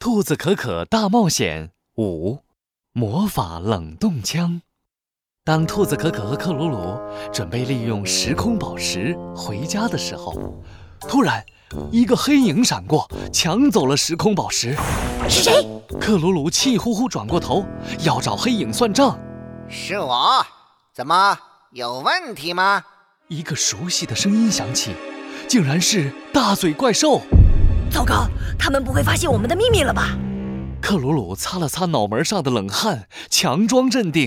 兔子可可大冒险5：魔法冷冻枪。当兔子可可和克鲁鲁准备利用时空宝石回家的时候，突然一个黑影闪过，抢走了时空宝石。 是谁？ 克鲁鲁气呼呼转过头，要找黑影算账。 是我，怎么有问题吗？ 一个熟悉的声音响起，竟然是大嘴怪兽。 糟糕，他们不会发现我们的秘密了吧？ 克鲁鲁擦了擦脑门上的冷汗，强装镇定。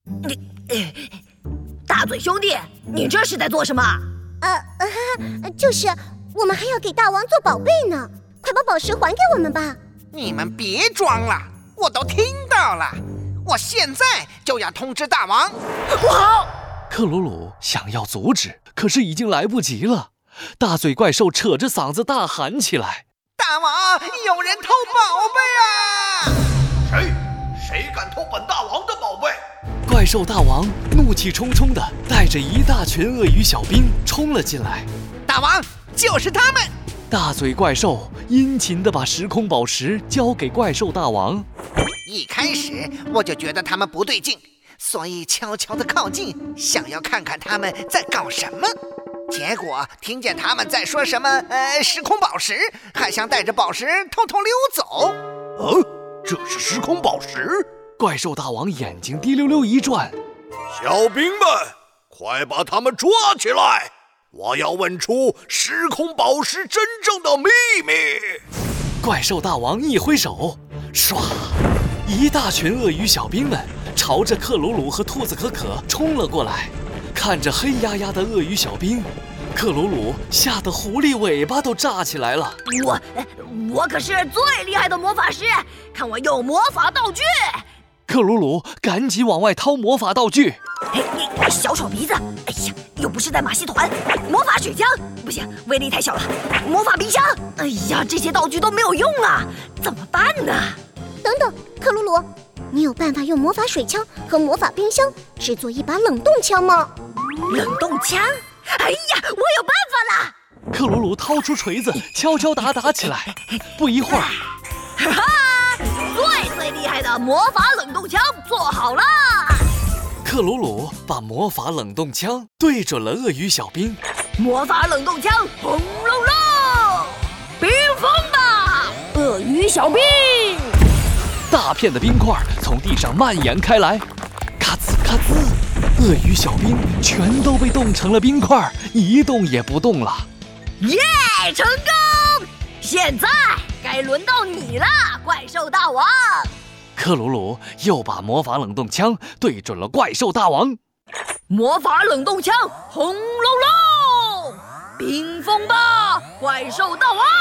大嘴兄弟，你这是在做什么？ 就是我们还要给大王做宝贝呢，快把宝石还给我们吧！ 你们别装了，我都听到了，我现在就要通知大王。 不好！ 克鲁鲁想要阻止，可是已经来不及了。大嘴怪兽扯着嗓子大喊起来： 大王，有人偷宝贝啊！ 谁敢偷本大王的宝贝？ 怪兽大王怒气冲冲地带着一大群鳄鱼小兵冲了进来。 大王，就是他们！ 大嘴怪兽殷勤地把时空宝石交给怪兽大王。 一开始我就觉得他们不对劲，所以悄悄地靠近，想要看看他们在搞什么。结果听见他们在说什么时空宝石，还想带着宝石偷偷溜走。 这是时空宝石？ 怪兽大王眼睛滴溜溜一转， 小兵们，快把他们抓起来！我要问出时空宝石真正的秘密。 怪兽大王一挥手，唰，一大群鳄鱼小兵们朝着克鲁鲁和兔子可可冲了过来。看着黑压压的鳄鱼小兵，克鲁鲁吓得狐狸尾巴都炸起来了。 我可是最厉害的魔法师，看我用魔法道具！ 克鲁鲁赶紧往外掏魔法道具。 小丑鼻子，哎呀，又不是在马戏团。魔法水枪，不行，威力太小了。魔法冰箱，哎呀，这些道具都没有用啊，怎么办呢？ 等等，克鲁鲁，你有办法用魔法水枪和魔法冰箱制作一把冷冻枪吗？ 冷冻枪？哎呀，我有办法了！ 克鲁鲁掏出锤子，敲敲打打起来。不一会儿， 哈哈，最厉害的魔法冷冻枪做好了！ 克鲁鲁把魔法冷冻枪对准了鳄鱼小兵。 魔法冷冻枪，轰隆隆！冰封吧，鳄鱼小兵！ 大片的冰块从地上蔓延开来，咔吱咔吱，鳄鱼小兵全都被冻成了冰块，一动也不动了。 耶，成功！现在该轮到你了，怪兽大王！ 克鲁鲁又把魔法冷冻枪对准了怪兽大王。 魔法冷冻枪，轰隆隆！冰封吧，怪兽大王！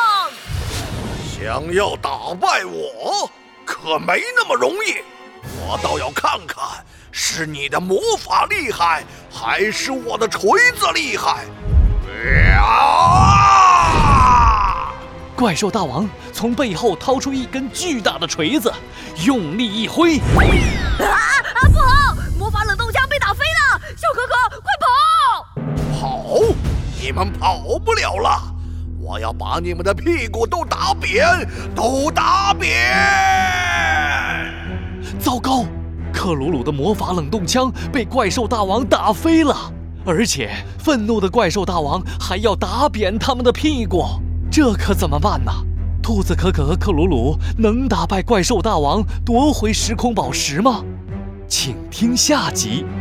想要打败我，可没那么容易。我倒要看看，是你的魔法厉害，还是我的锤子厉害。 怪兽大王从背后掏出一根巨大的锤子，用力一挥。 不好！魔法冷冻枪被打飞了！小可可，快跑！ 跑！你们跑不了了！我要把你们的屁股都打扁，都打扁！ 糟糕！克鲁鲁的魔法冷冻枪被怪兽大王打飞了，而且愤怒的怪兽大王还要打扁他们的屁股，这可怎么办呢？兔子可可和克鲁鲁能打败怪兽大王夺回时空宝石吗？请听下集。